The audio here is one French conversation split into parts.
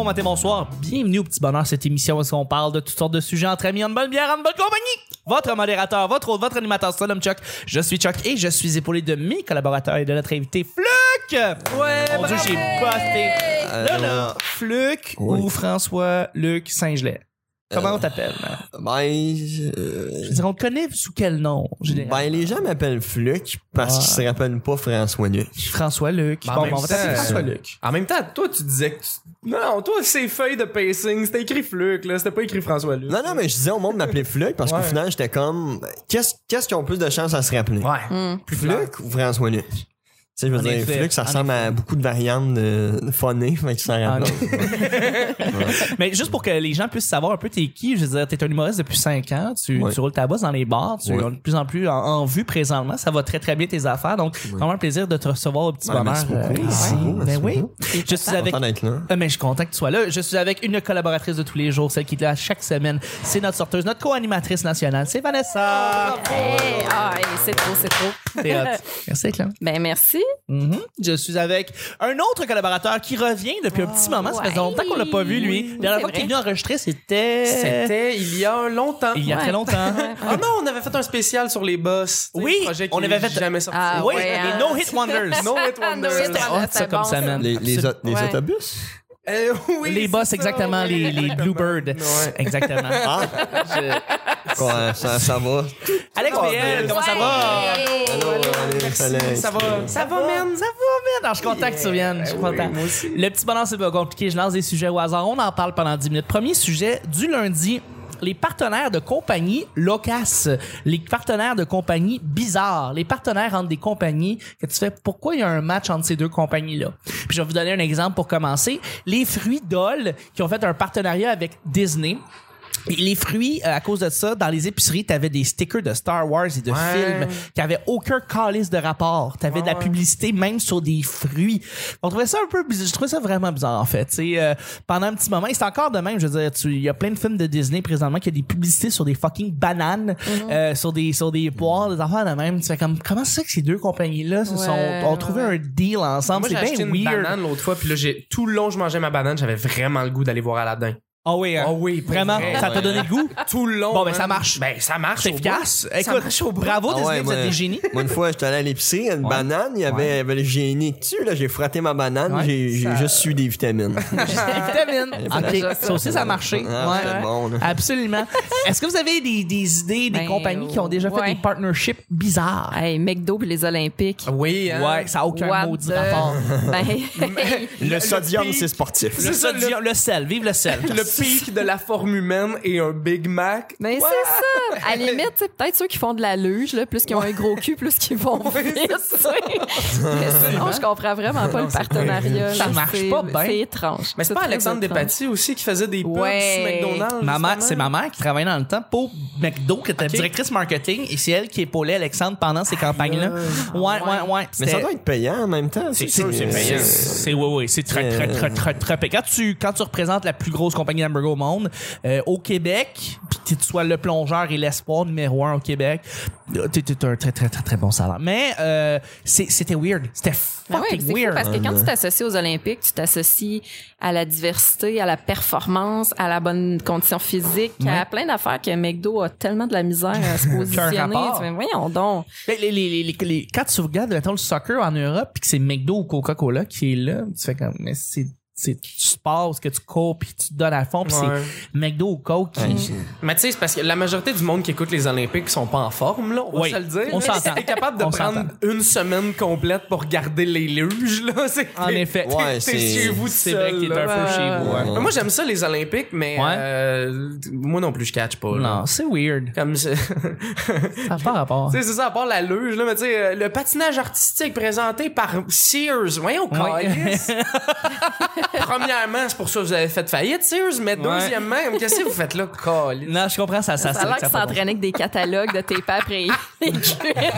matin, bonsoir. Bienvenue au Petit Bonheur, cette émission où on parle de toutes sortes de sujets entre amis, en bonne bière, en bonne compagnie. Votre modérateur, votre hôte, votre animateur, c'est l'homme Chuck. Je suis Chuck et je suis épaulé de mes collaborateurs et de notre invité Fluc. Ouais, mon Dieu, j'ai busté. Là, Fluc ou François-Luc Saint-Gelais. Comment on t'appelle? Je veux dire, on te connaît sous quel nom? Les gens m'appellent Fluc parce qu'ils se rappellent pas François-Luc. François-Luc. Bon, on va t'appeler François-Luc. En même temps, toi, tu disais que non, toi, ces feuilles de pacing, c'était écrit Fluc, là. C'était pas écrit François-Luc. Non, mais je disais au monde de m'appeler Fluc parce qu'au final, j'étais comme, qu'est-ce qui ont plus de chance à se rappeler? Ouais. Plus Fluc ou François-Luc? Tu sais, je veux dire, Fluc, ça ressemble à beaucoup de variantes de phonés, fait que ça rappelle. Mais juste pour que les gens puissent savoir un peu t'es qui, je veux dire, t'es un humoriste depuis 5 ans, tu roules ta bosse dans les bars, tu es de plus en plus en vue présentement, ça va très très bien tes affaires, donc vraiment un plaisir de te recevoir au Petit Bonheur ici. Ben oui. Je suis avec... mais je suis content que tu sois là. Je suis avec une collaboratrice de tous les jours, celle qui est là chaque semaine. C'est notre sorteuse, notre co-animatrice nationale, c'est Vanessa. C'est trop. C'est hot. Merci, Clem. Ben merci. Je suis avec un autre collaborateur qui revient depuis un petit moment. Ça fait longtemps qu'on l'a pas vu, lui. La dernière fois qu'il est venu enregistrer, c'était il y a longtemps. Il y a très longtemps. Ah non, on avait fait un spécial sur les boss. Oui, on avait fait jamais sorti. Oui, les No Hit Wonders. No Hit Wonders. C'était hot, ça, comme ça, man. Les autobus? Oui, les boss, exactement, les Bluebird. Ouais. Exactement. Ça va. Alex BL, comment ça va? Ça va, man. Alors, je suis content que tu viennes. Je suis content. Moi aussi. Le Petit Bonheur, c'est pas compliqué. Je lance des sujets au hasard. On en parle pendant 10 minutes. Premier sujet du lundi. Les partenaires de compagnies locasses, les partenaires de compagnies bizarres, les partenaires entre des compagnies que tu fais, pourquoi il y a un match entre ces deux compagnies-là? Puis je vais vous donner un exemple pour commencer. Les fruits Dole qui ont fait un partenariat avec Disney. Et les fruits, à cause de ça, dans les épiceries, t'avais des stickers de Star Wars et de films qui avaient aucun calice de rapport. T'avais de la publicité même sur des fruits. On trouvait ça un peu bizarre. Je trouvais ça vraiment bizarre, en fait. Pendant un petit moment, et c'est encore de même, je veux dire, il y a plein de films de Disney présentement qui a des publicités sur des fucking bananes, sur des poires, des affaires de même. Tu fais comme, comment c'est que ces deux compagnies-là ont trouvé un deal ensemble? Moi, j'ai acheté une banane l'autre fois, puis là, tout le long, je mangeais ma banane, j'avais vraiment le goût d'aller voir Aladdin. Ah oui, vraiment? Vrai. Ça t'a donné le goût? Tout le long. Bon, ben, ça marche. Ça marche. C'est efficace. Écoute, bravo Disney, vous êtes des génies. Moi, une fois, j'étais allé à l'épicerie, une banane, il y avait le génie dessus, là, j'ai frotté ma banane, j'ai juste eu des vitamines. Des vitamines. OK. Ça aussi, ça a marché. C'est bon, là. Absolument. Est-ce que vous avez des idées, des compagnies qui ont déjà fait des partnerships bizarres? Hey, McDo et les Olympiques. Oui, hein? Ouais, ça n'a aucun maudit rapport. Le sodium, c'est sportif. Le sodium, le sel. Vive le sel. Le pic de la forme humaine et un Big Mac. Ben, c'est ça. À la limite, peut-être ceux qui font de la luge, là, plus qu'ils ont un gros cul, plus qu'ils vont vite. Mais sinon, je comprends vraiment pas le partenariat. Ça marche pas bien. C'est étrange. Mais c'est pas Alexandre Despatie aussi qui faisait des pubs sur McDonald's? C'est ma mère qui travaillait dans le temps pour McDo, qui était directrice marketing, et c'est elle qui épaulait Alexandre pendant ces campagnes-là. Ouais. Mais ça doit être payant en même temps. C'est sûr, c'est payant. C'est très payant. Quand tu représentes la plus grosse compagnie d'hamburger au monde, au Québec, puis tu sois le plongeur et l'espoir numéro 1 au Québec, t'es un très bon salaire. Mais c'était weird. C'était fucking weird. Parce que quand tu t'associes aux Olympiques, tu t'associes à la diversité, à la performance, à la bonne condition physique, à plein d'affaires que McDo a tellement de la misère à se positionner. Voyons donc. Quand tu regardes le soccer en Europe puis que c'est McDo ou Coca-Cola qui est là, tu fais comme, mais c'est du sport, ce que tu cours puis tu te donnes à fond, puis c'est McDo ou Coke qui... Mais tu sais, c'est parce que la majorité du monde qui écoute les Olympiques sont pas en forme, là, on va se le dire. On s'entend. T'es capable de prendre une semaine complète pour regarder les luges, là. En effet. T'es chez vous, c'est vrai que t'es un peu chez vous. Mais moi, j'aime ça, les Olympiques, mais moi non plus, je catch pas. Non, c'est weird. Comme ça. Ça n'a pas rapport. C'est ça, à part la luge, là, mais tu sais, le patinage artistique présenté par Sears. Voyons, câlisse. Premièrement, c'est pour ça que vous avez fait faillite, Sears, mais deuxièmement, qu'est-ce que vous faites là, câlisse? Non, je comprends, ça a l'air qu'ils s'entraînaient avec des catalogues de tes pas après les cuisses.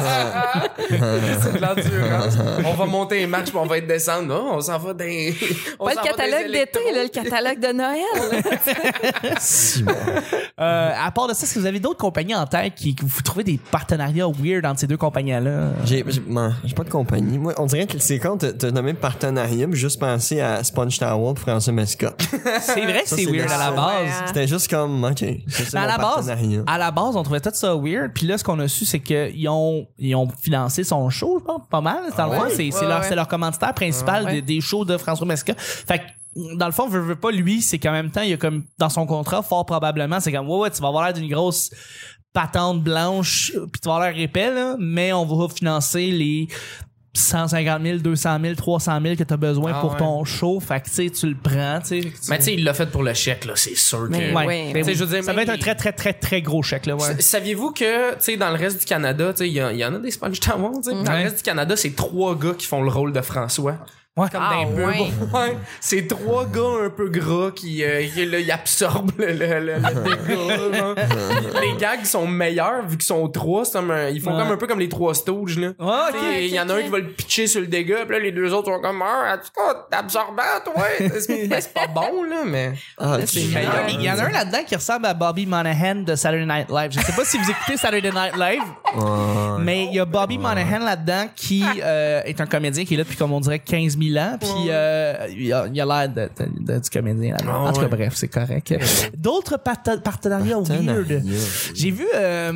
C'est de l'endurance. On va monter les marches, puis on va être descendre. Non, on s'en va dans... Pas le catalogue d'été, là, le catalogue de Noël. Si bon. À part de ça, est-ce que vous avez d'autres compagnies en tête qui vous trouvez des partenariats weird entre ces deux compagnies-là? J'ai pas de compagnie. Moi, on dirait que c'est quand t'as nommé partenariat, mais juste pensé à Sponge Tower pour François Mascotte. C'est vrai que Ça, c'est c'est weird le à la seul. base. C'était juste comme, OK. C'est Mais à mon la base, partenariat. on trouvait tout ça weird. Puis là, ce qu'on a su, c'est qu'ils ont financé son show, je pense, pas mal. Dans le fond, c'est leur commanditaire principal des shows de François Mascotte. Fait que, dans le fond, veut pas lui, c'est qu'en même temps, il y a comme, dans son contrat, fort probablement, c'est comme, ouais, tu vas avoir l'air d'une grosse patente blanche, puis tu vas avoir l'air épais, là, mais on va financer les 150 000, 200 000, 300 000 que t'as besoin pour ton show. Fait que, tu sais, tu le prends, tu sais. Mais tu sais, il l'a fait pour le chèque, là, c'est sûr que... Ouais. Tu sais, je veux dire, ça va être un très, très, très, très gros chèque, là, ouais. Saviez-vous que, tu sais, dans le reste du Canada, tu sais, il y en a des Sponge Tower, tu sais. Dans le reste du Canada, c'est 3 gars qui font le rôle de François. Ouais. Comme d'un peu. Ouais. C'est 3 gars un peu gras qui là, ils absorbent le dégât. Genre. Les gags sont meilleurs vu qu'ils sont 3. C'est comme ils font comme un peu comme les 3 Stooges, là. Il y en a un qui va le pitcher sur le dégât, puis là, les 2 autres sont comme, t'es absorbant, toi. C'est pas bon, là, mais c'est meilleur. Il y en a un là-dedans qui ressemble à Bobby Monahan de Saturday Night Live. Je sais pas si vous écoutez Saturday Night Live, mais il y a Bobby Monahan là-dedans qui est un comédien qui est là depuis, comme on dirait, 15 000 ans, puis il a l'air du comédien là-dedans. En tout cas, bref, c'est correct. D'autres partenariats weird. J'ai vu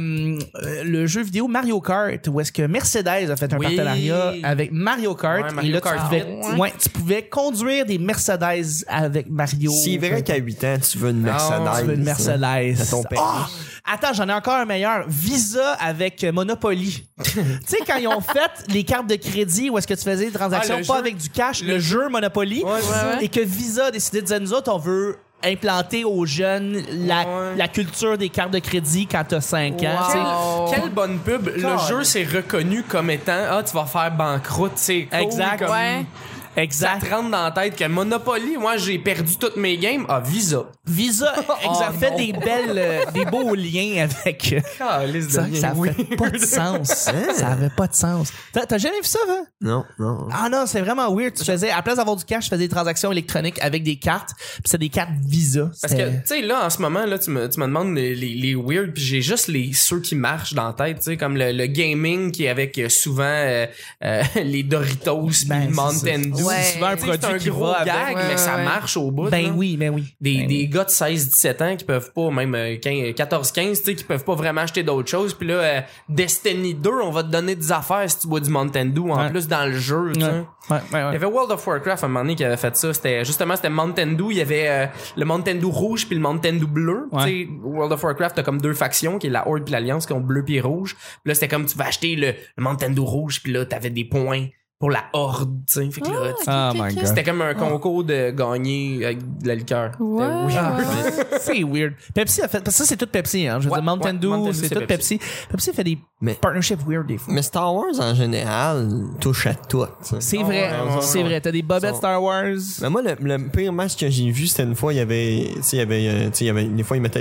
le jeu vidéo Mario Kart, où est-ce que Mercedes a fait un partenariat avec Mario Kart. Mario et là, Kart tu pouvais conduire des Mercedes avec Mario. C'est vrai qu'à 8 ans, tu veux une Mercedes. Tu veux une Mercedes. À ton père. Attends, j'en ai encore un meilleur. Visa avec Monopoly. Tu sais, quand ils ont fait les cartes de crédit où est-ce que tu faisais des transactions pas avec du cash, le jeu Monopoly, et que Visa a décidé de dire, nous autres, on veut implanter aux jeunes la culture des cartes de crédit quand t'as 5 ans. Quelle bonne pub. Le jeu s'est reconnu comme étant, tu vas faire banqueroute, c'est cool. Exact. Comme... Exact. Ça te rentre dans la tête que Monopoly, moi, j'ai perdu toutes mes games. Visa. Visa, fait des beaux liens avec. Ça fait pas de sens. Ça avait pas de sens. T'as jamais vu ça, hein? Non. Ah non, c'est vraiment weird. Tu faisais, à la place d'avoir du cash, tu faisais des transactions électroniques avec des cartes. Puis c'est des cartes Visa. Parce que, tu sais, là, en ce moment, là, tu me demandes les weird, puis j'ai juste ceux qui marchent dans la tête, tu sais, comme le gaming qui est avec souvent les Doritos puis Mountain Dew. C'est souvent un produit qui gros va gag, avec. mais ça marche au bout. Ben oui. Des gars de 16-17 ans qui peuvent pas, même 14-15, tu sais, qui peuvent pas vraiment acheter d'autres choses. Puis là, Destiny 2, on va te donner des affaires si tu bois du Mountain Dew en plus dans le jeu, tu sais. Il y avait World of Warcraft à un moment donné qui avait fait ça. C'était Mountain Dew. Il y avait le Mountain Dew rouge puis le Mountain Dew bleu. Tu sais, World of Warcraft, t'as comme 2 factions, qui est la Horde puis l'Alliance, qui ont bleu puis rouge. Puis là, c'était comme tu vas acheter le Mountain Dew rouge puis là, t'avais des points pour la Horde, tu sais. Fait que là, c'était comme un concours de gagner avec de la liqueur. C'est weird. Pepsi a fait, parce que ça, c'est tout Pepsi, hein. Je veux dire, Mountain Dew, c'est tout Pepsi. Pepsi fait des partnerships weird des fois. Mais Star Wars, en général, touche à tout. C'est vrai. C'est vrai. T'as des bobettes Star Wars. Mais moi, le pire match que j'ai vu, c'était une fois, il y avait, des fois, ils mettaient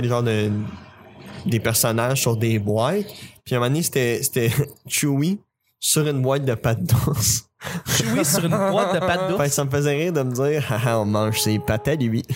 des personnages sur des boîtes. Puis à un moment donné, c'était Chewie sur une boîte de pâtes douces. Chewie sur une boîte de pâtes douces. Fait que ça me faisait rire de me dire, on mange ses pâtes à lui.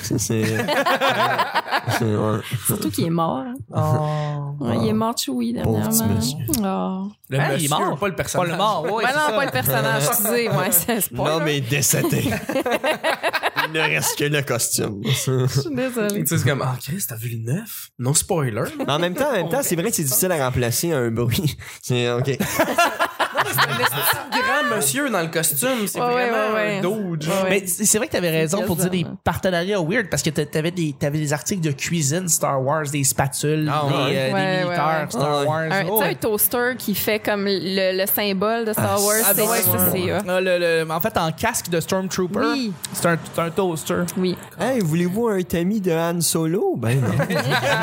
Surtout qu'il est mort. Il est mort, Chewie, dernièrement. Le monsieur, il est mort, pas le personnage. Pas le mort, non, pas le personnage, excusez. C'est spoiler. Non, mais décédé. Il ne reste que le costume. Je suis désolée. Tu sais, c'est comme, Chris, t'as vu le 9? Non spoiler. Mais en même temps, c'est vrai que c'est difficile à remplacer un bruit. C'est OK. C'est un grand monsieur dans le costume. C'est vraiment un doge. Mais c'est vrai que t'avais raison pour dire des partenariats weird, parce que t'avais des articles de cuisine Star Wars, des spatules, des militaires Star Wars. Un toaster qui fait comme le symbole de Star Wars. En fait, en casque de Stormtrooper, c'est un toaster. Oui. Hey, voulez-vous un tamis de Han Solo? Ben non.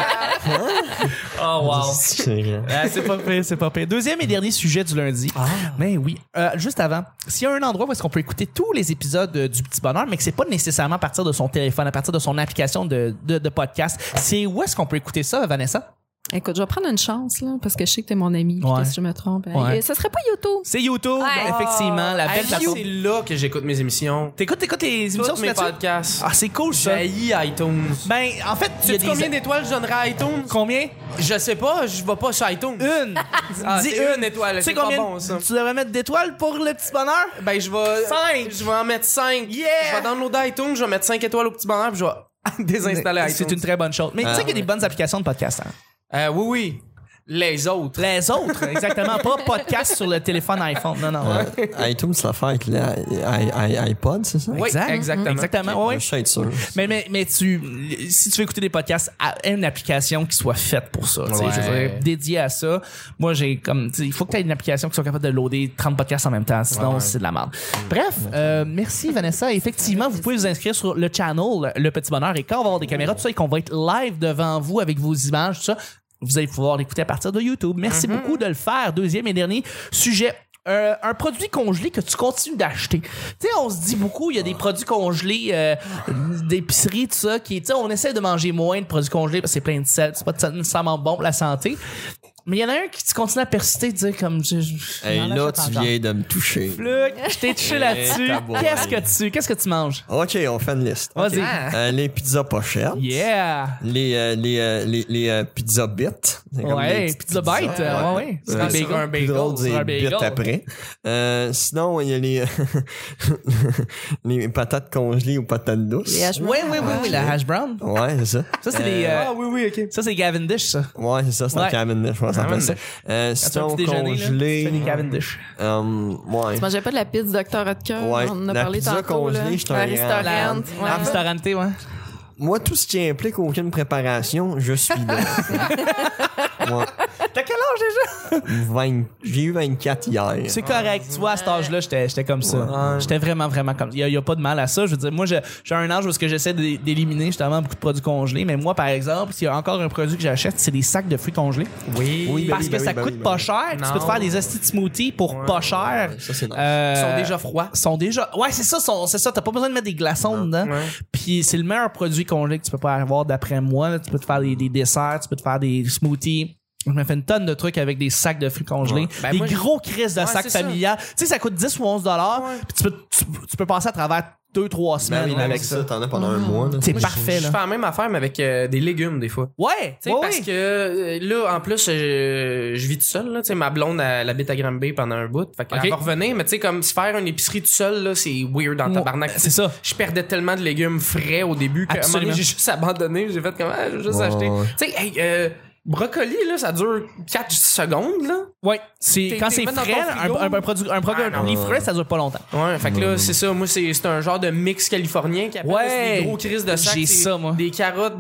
Oh wow. C'est pas pire. Deuxième et dernier sujet du lundi. Mais oui. Juste avant, s'il y a un endroit où est-ce qu'on peut écouter tous les épisodes du Petit Bonheur, mais que c'est pas nécessairement à partir de son téléphone, à partir de son application de podcast, c'est où est-ce qu'on peut écouter ça, Vanessa? Écoute, je vais prendre une chance, là, parce que je sais que t'es mon ami, puis Ouais. que si je me trompe. Ouais. Et ça serait pas YouTube. C'est YouTube, Ouais. effectivement, la belle Hey, plateforme. c'est là que j'écoute mes émissions. T'écoutes les émissions Tous sur mes là-dessus? podcasts. Ah, c'est cool, ça. J'haïs iTunes. Ben, en fait, il y a Sais-tu combien des... d'étoiles je donnerais à iTunes? Combien? Je sais pas, je vais pas sur iTunes. Une. Ah, Dis c'est une étoile, Tu sais c'est pas combien bon, ça. tu devrais mettre d'étoiles pour le petit bonheur? Ben, je vais... 5. Je vais en mettre 5. Yeah! Je vais downloader iTunes, je vais mettre 5 étoiles au petit bonheur, puis je vais désinstaller iTunes. C'est une très bonne chose. Mais tu sais qu'il y a des bonnes applications de podcast. Hein? Oui, oui. Les autres. Les autres, exactement. Pas podcast sur le téléphone iPhone. Non, non. iTunes, c'est l'affaire avec l'iPod, c'est ça? Oui, Exact. exactement. Exactement. Ouais. Je sais être sûr. Mais si tu veux écouter des podcasts, une application qui soit faite pour ça, tu sais, Ouais. je veux dire, dédiée à ça. Moi, j'ai comme, tu sais, il faut que tu aies une application qui soit capable de loader 30 podcasts en même temps, sinon Ouais. c'est de la merde. Bref, merci Vanessa. Effectivement, vous pouvez vous inscrire sur le channel Le Petit Bonheur et quand on va avoir des caméras, tout ça, et qu'on va être live devant vous avec vos images, tout ça, vous allez pouvoir l'écouter à partir de YouTube. Merci beaucoup de le faire. Deuxième et dernier sujet. Un produit congelé que tu continues d'acheter. Tu sais, on se dit beaucoup, il y a des produits congelés d'épicerie, tout ça, qui, tu sais, on essaie de manger moins de produits congelés parce que c'est plein de sel, c'est pas nécessairement bon pour la santé. Mais il y en a un qui tu continues à persister, de dire comme... Hey, j'en là, achète tu encore. viens de me toucher. Fluc, je t'ai touché là-dessus. tabarouette. Qu'est-ce que tu manges? OK, on fait une liste. Vas-y. Les pizzas pas chères. Yeah! Les pizzas bits. C'est comme des Ouais, petites pizza pizzas. bite. Ouais. C'est Des sur un bagels. Plus drôle bagel. des un bits bagel. après. Sinon, il y a les les patates congelées ou patates douces. Les hash browns. Oui, la hash brown. Ouais, c'est ça. Ça, c'est des... oui, oui, OK. ça, c'est Cavendish, ça. Ouais, c'est ça, c'est Ouais. un Cavendish, je pense, ça s'appelle ça. Quand tu as un Sinon, petit déjeuner, là, tu congelé. fais des Cavendish. Ouais. Tu mangeais pas de la pizza Dr. Oetker? Ouais, On en a la parlé pizza tantôt. congelée, là. je suis un Un grand restaurant. fan. Ouais. En restaurante, ouais. Moi, tout ce qui implique aucune préparation, je suis là. Moi, T'as quel âge déjà? j'ai eu 24 hier. C'est correct. Tu vois, à cet âge-là, j'étais comme ça. Ouais. J'étais vraiment comme... Il y a pas de mal à ça. Je veux dire, moi, j'ai un âge où ce que j'essaie d'éliminer justement beaucoup de produits congelés. Mais moi, par exemple, s'il y a encore un produit que j'achète, c'est des sacs de fruits congelés. Oui. Parce que ça coûte pas cher. Tu peux te faire des hosties de smoothies pour pas cher. Ça, c'est nice. Ils sont déjà froids. Ouais, c'est ça. T'as pas besoin de mettre des glaçons dedans. Ouais. Puis c'est le meilleur produit congelé que tu peux pas avoir d'après moi. Là, tu peux te faire des desserts, tu peux te faire des smoothies. Je me fais une tonne de trucs avec des sacs de fruits congelés. Ouais. Ben, des moi, gros crises de Ouais, sacs c'est ça. familiales. Tu sais, ça coûte 10 ou 11 $. Puis tu peux passer à travers 2-3 semaines Ben, avec c'est ça. T'en as pendant un mois. là. C'est Moi, parfait, Je là. fais la même affaire, mais avec des légumes, des fois. Ouais, Tu sais, parce que là, en plus, je vis tout seul. Là. Tu sais, ma blonde, elle habite à Granby pendant un bout. Fait qu'elle Ok. va revenir, mais tu sais, comme se faire une épicerie tout seul, là, c'est weird en tabarnak. c'est ça. Je perdais tellement de légumes frais au début qu'à un moment donné, Absolument. j'ai juste abandonné. J'ai fait comme, je vais juste Ouais, acheter. ouais. Tu sais, hey, brocoli, là, ça dure 4 secondes, là. Ouais, c'est quand T'es c'est mis dans frais, ton frigo. un produit Ah, non. frais, ça dure pas longtemps. Ouais, fait que là, c'est ça. Moi, c'est un genre de mix californien qui appelle Ouais. c'est des gros crises de sac. J'ai C'est ça, moi. Des carottes,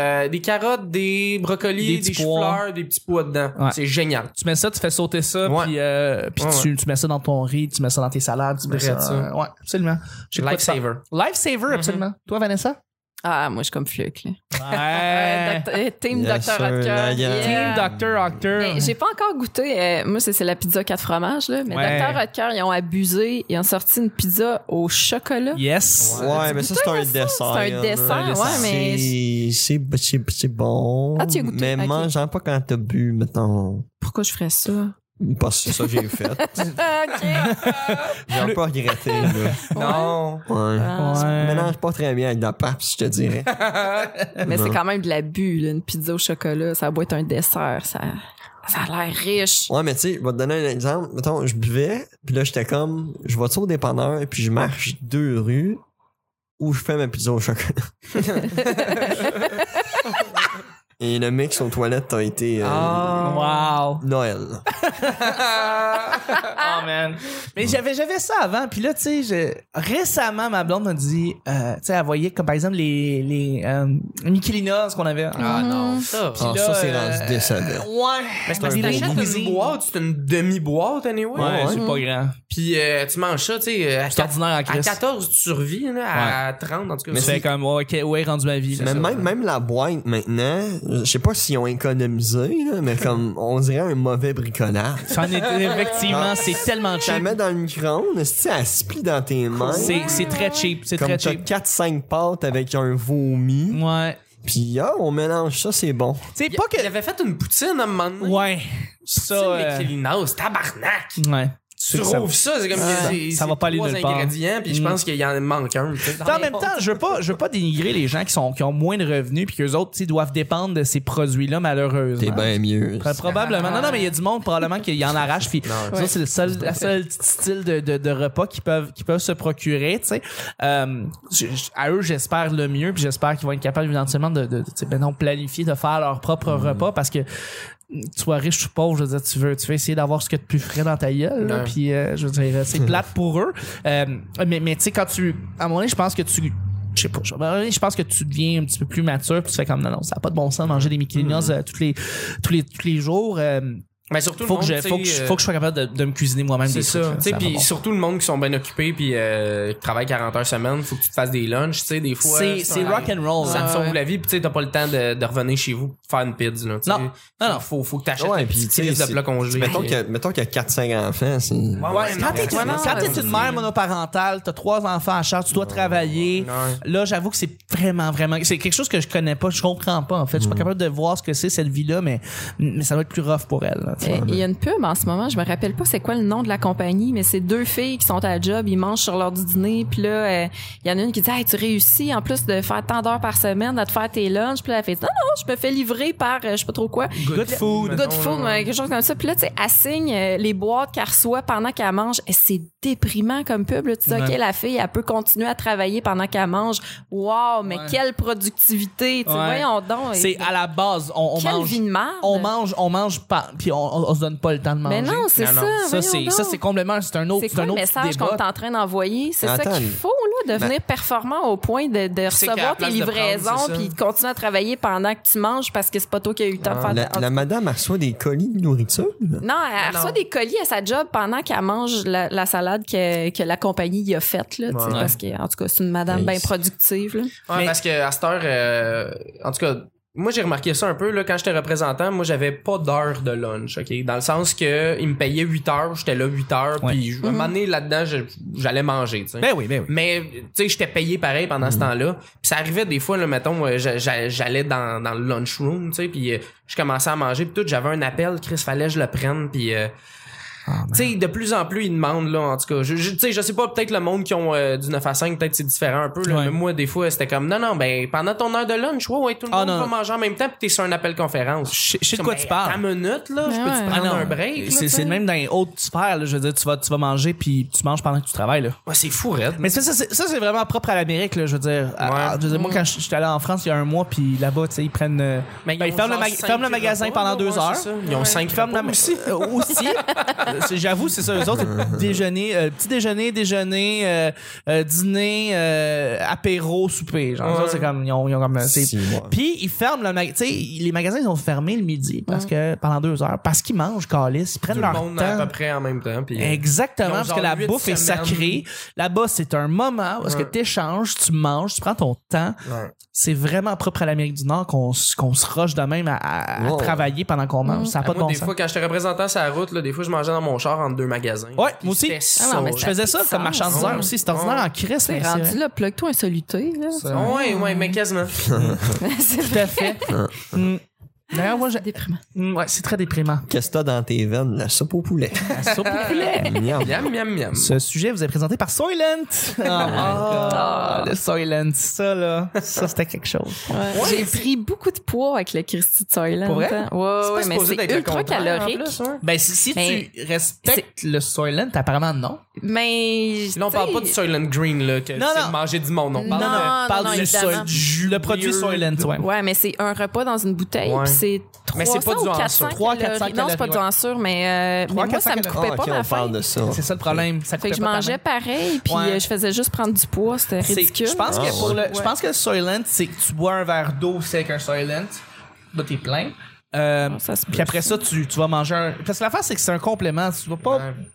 des brocolis, Des petits des pois. choux-fleurs, des petits pois dedans. Ouais. C'est génial. Tu mets ça, tu fais sauter ça, Ouais. puis Ouais, tu mets ça dans ton riz, tu mets ça dans tes salades, tu mets Drette ça. ça. Ouais, absolument. J'ai quoi de ça. Lifesaver. Lifesaver, absolument. Toi, Vanessa? Ah, moi, je suis comme Fluke, là. Ouais. Team Yes, Dr. sir, Oetker. la gang. Team Dr. Mais j'ai pas encore goûté. Moi, c'est la pizza 4 fromages, là. Mais Ouais. Dr. Oetker, ils ont abusé. Ils ont sorti une pizza au chocolat. Yes. Ouais, mais ça, c'est un goûté à ça? dessert. C'est un là. dessert, ouais, mais- C'est bon. Ah, tu as goûté? Mais Ok. mange-en pas quand t'as bu, mettons. Pourquoi je ferais ça? Parce que c'est ça que j'ai fait. OK. J'ai un peu regretté, là. Non. Ouais. Ah. Ça Ouais. mélange pas très bien avec de la pape, je te dirais. Mais c'est quand même de l'abus, là. Une pizza au chocolat, ça doit être un dessert. Ça a l'air riche. Ouais, mais tu sais, je vais te donner un exemple. Mettons, je buvais, puis là, j'étais comme, je vais au dépanneur, puis je marche 2 rues où je fais ma pizza au chocolat. Et le mix aux toilettes a été Wow. Noël. Oh man. Mais j'avais ça avant, puis là, tu sais, récemment, ma blonde m'a dit, tu sais, elle voyait comme par exemple les Michelina, ce qu'on avait. Ah non. Ça. Puis Ah, là, ça, c'est rendu décevant. Ouais. Mais c'est parce Des que t'achètes cuisine. une boîte, c'est une demi-boîte, anyway. Ouais, c'est pas grand. Puis tu manges ça, tu sais, C'est ordinaire en à Christ. 14, tu survis, là, à 30, en tout cas. Mais Tu fais comme, ok, ouais, rendu ma vie. Mais même la boîte, maintenant, je sais pas s'ils ont économisé, là, mais comme, on dirait un mauvais bricolage. Ça en est, effectivement, c'est tellement Tu la cheap. mets dans le micro-ondes, si elle se plie dans tes mains. C'est très cheap, c'est Comme très t'as cheap. 4-5 pâtes avec un vomi. Ouais. Puis on mélange ça, c'est bon. C'est pas que... Il avait fait une poutine à un moment donné. Ouais. Ça... Michelinos, tabarnak! Ouais. Tu trouves ça, c'est comme ça va pas aller 3 nulle part. ingrédients, puis je pense qu'il y en manque un. En même temps, je veux pas dénigrer les gens qui ont moins de revenus puis qu'eux autres, tu sais, doivent dépendre de ces produits-là, malheureusement. T'es bien mieux. Probablement. Non, mais il y a du monde probablement qui en arrache puis ça c'est la seule petite style de repas qu'ils peuvent se procurer, tu sais. À eux, j'espère le mieux puis j'espère qu'ils vont être capables éventuellement de planifier de faire leur propre repas parce que tu sois riche ou pauvre, je veux dire, tu veux essayer d'avoir ce qu'il y a de plus frais dans ta gueule, là, puis je veux dire, c'est plate pour eux. Mais tu sais, quand à un moment donné, je pense que je pense que tu deviens un petit peu plus mature, puis tu fais comme non, ça n'a pas de bon sens de manger des Michelinos tous les jours. Mais surtout faut que je sois capable de me cuisiner moi-même des trucs. C'est ça. Puis surtout le monde qui sont bien occupés puis qui travaillent 40 heures semaine, faut que tu te fasses des lunchs, tu sais, des fois. C'est rock and roll. Ça te sauve la vie, puis tu sais, t'as pas le temps de revenir chez vous pour faire une pizza, là. Non. Faut que t'achètes un petit livre de plats congelés. Mettons qu'il y a 4-5 enfants, c'est... Quand t'es une mère monoparentale, t'as 3 enfants à charge, tu dois travailler. Là, j'avoue que c'est vraiment, c'est quelque chose que je connais pas, je comprends pas, en fait. Je suis pas capable de voir ce que c'est, cette vie-là, mais ça va être plus rough pour elle, là. Il y a une pub en ce moment, je me rappelle pas c'est quoi le nom de la compagnie, mais c'est 2 filles qui sont à la job, ils mangent sur l'heure du dîner, puis là, il y en a une qui dit hey, tu réussis en plus de faire tant d'heures par semaine à te faire tes lunchs, puis là elle fait non, je me fais livrer par je sais pas trop quoi. Good food, quelque chose comme ça. Puis là, tu sais, elle signe les boîtes qu'elle reçoit pendant qu'elle mange. Et c'est déprimant comme pub, là. Tu dis, OK, la fille, elle peut continuer à travailler pendant qu'elle mange. Wow, mais quelle productivité. Tu sais, voyons donc. C'est à la base, on quelle mange. Vie de merde. On mange pas, puis on se donne pas le temps de manger. Mais non, c'est ça. Ça, c'est complètement, c'est un autre, c'est quoi le message qu'on est en train d'envoyer? C'est ça qu'il faut, là, devenir performant au point de recevoir tes livraisons puis de continuer à travailler pendant que tu manges parce que c'est pas toi qui as eu le temps de faire la madame, elle reçoit des colis de nourriture? Non, elle reçoit des colis à sa job pendant qu'elle mange la salade que la compagnie y a faite, là, parce que, en tout cas, c'est une madame bien productive, là. Ouais, parce que à cette heure, en tout cas, moi, j'ai remarqué ça un peu, là, quand j'étais représentant, moi, j'avais pas d'heure de lunch, OK? Dans le sens que, ils me payaient 8 heures, j'étais là 8 heures, puis à un moment donné, là-dedans, j'allais manger, tu sais. Ben oui. Mais, tu sais, j'étais payé pareil pendant ce temps-là. Puis ça arrivait des fois, là, mettons, j'allais dans le lunchroom, tu sais, puis je commençais à manger, puis tout, j'avais un appel, Chris, fallait que je le prenne, puis... tu sais, de plus en plus, ils demandent, là, en tout cas. Tu sais, je sais pas, peut-être le monde qui ont du 9 à 5, peut-être c'est différent un peu, là. Mais moi, des fois, c'était comme, non, ben, pendant ton heure de lunch, tout le monde va manger en même temps, pis t'es sur un appel conférence. Je sais de quoi tu parles. Ta minute, là, je peux te prendre un break, là. C'est même dans les hautes sphères, là. Je veux dire, tu vas manger, puis tu manges pendant que tu travailles, là. Ouais, c'est fou, raide. Mais ça, c'est vraiment propre à l'Amérique, là. Je veux dire, moi, quand j'étais allé en France il y a un mois, puis là-bas, tu sais, ils prennent, ils ferment le magasin pendant 2 heures. Ils ont 5 repas aussi. J'avoue, c'est ça. Eux autres, petit déjeuner, dîner, apéro, souper. Genre, ça, c'est comme, ils ont comme, puis ils ferment le magasin. Tu sais, les magasins, ils ont fermé le midi parce que, pendant 2 heures, parce qu'ils mangent, calice, ils prennent leur temps. Tout le monde à peu près en même temps. Puis, exactement, parce que la bouffe est sacrée. Là-bas, c'est un moment où est-ce que t'échanges, tu manges, tu prends ton temps. C'est vraiment propre à l'Amérique du Nord qu'on se rush de même à travailler pendant qu'on mange. Ça n'a pas de bon sens. Des fois, quand j'étais représentant sur la route, là, des fois, je mangeais dans mon char entre 2 magasins. Ouais, moi aussi. Je faisais ça comme marchandiseur aussi. C'est ordinaire en crise. C'est rendu là, plug-toi un soluté, là. Ouais, mais quasiment. Tout à fait. D'ailleurs, moi, déprimant. Ouais, c'est très déprimant. Qu'est-ce que t'as dans tes veines? La soupe au poulet. La soupe au poulet. Miam. Ce sujet vous est présenté par Soylent. Le Soylent. Ça, là. Ça, c'était quelque chose. Ouais. J'ai pris beaucoup de poids avec le Christy de Soylent. Pour vrai? Ouais, mais c'est ultra calorique. Ben, si tu respectes le Soylent, apparemment, non. Mais. Là, on parle pas du Soylent Green, là, que c'est manger du monde. On parle du le produit Soylent, ouais. Ouais, mais c'est un repas dans une bouteille, puis c'est 300 ou 400 calories. Non, c'est pas du en sûr, mais moi, ça me coupait pas ma faim. C'est ça le problème. Ça fait que je mangeais pareil, puis je faisais juste prendre du poids. C'était ridicule. Je pense que le Soylent, c'est que tu bois un verre d'eau aussi avec un Soylent. Là, t'es plein. Puis après ça, tu vas manger un... Parce que l'affaire, c'est que c'est un complément. Tu vas pas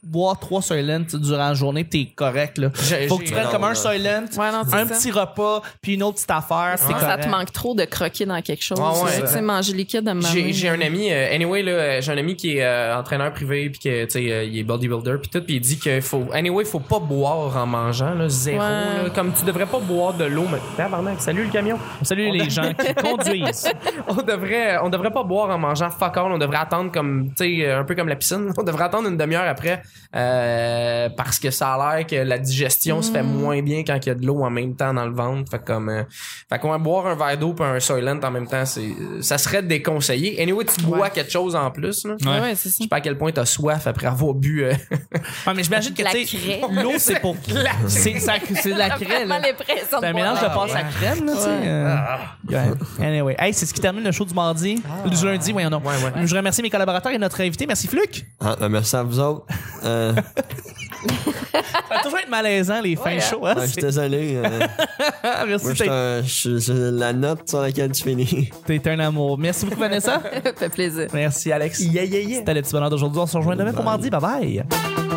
boire 3 Soylent durant la journée, pis t'es correct, là. Faut que tu prennes comme un Soylent, Ouais, non, c'est un ça. petit repas, puis une autre petite affaire, c'est Ça correct. te manque trop de croquer dans quelque chose. Ouais, tu sais, manger liquide de J'ai un ami, anyway, là, j'ai un ami qui est entraîneur privé, puis que, tu sais, il est bodybuilder, puis tout, puis il dit qu'il faut pas boire en mangeant, là, zéro, Ouais. là, comme tu devrais pas boire de l'eau, mais tabarnak, salut le camion. Salut les gens qui conduisent. On devrait pas boire en mangeant fuck all, on devrait attendre comme, tu sais, un peu comme la piscine, on devrait attendre une demi-heure après, parce que ça a l'air que la digestion se fait moins bien quand il y a de l'eau en même temps dans le ventre, fait qu'on va boire un verre d'eau puis un Soylent en même temps, ça serait déconseillé. Anyway, tu bois quelque chose en plus, là. Ouais, c'est ça. Je sais pas à quel point t'as soif après avoir bu. Ouais, mais j'imagine que La tu sais, craie. l'eau c'est pour c'est de la craie. Vraiment là. l'impression C'est un de mélange de boire. pâte à crème, là, tu sais. Ouais. Anyway, hey, c'est ce qui termine le show du mardi, du lundi, voyons donc. Ouais. Je remercie mes collaborateurs et notre invité. Merci Fluc. Ah, ben, merci à vous autres. Ça va toujours être malaisant les fins chauds, hein. Je suis désolé. Merci, Moi, je suis la note sur laquelle tu finis. t'es un amour. Merci beaucoup Vanessa. Ça fait plaisir. Merci Alex. Yeah. C'était le petit bonheur d'aujourd'hui. On se rejoint demain pour mardi. Bye bye.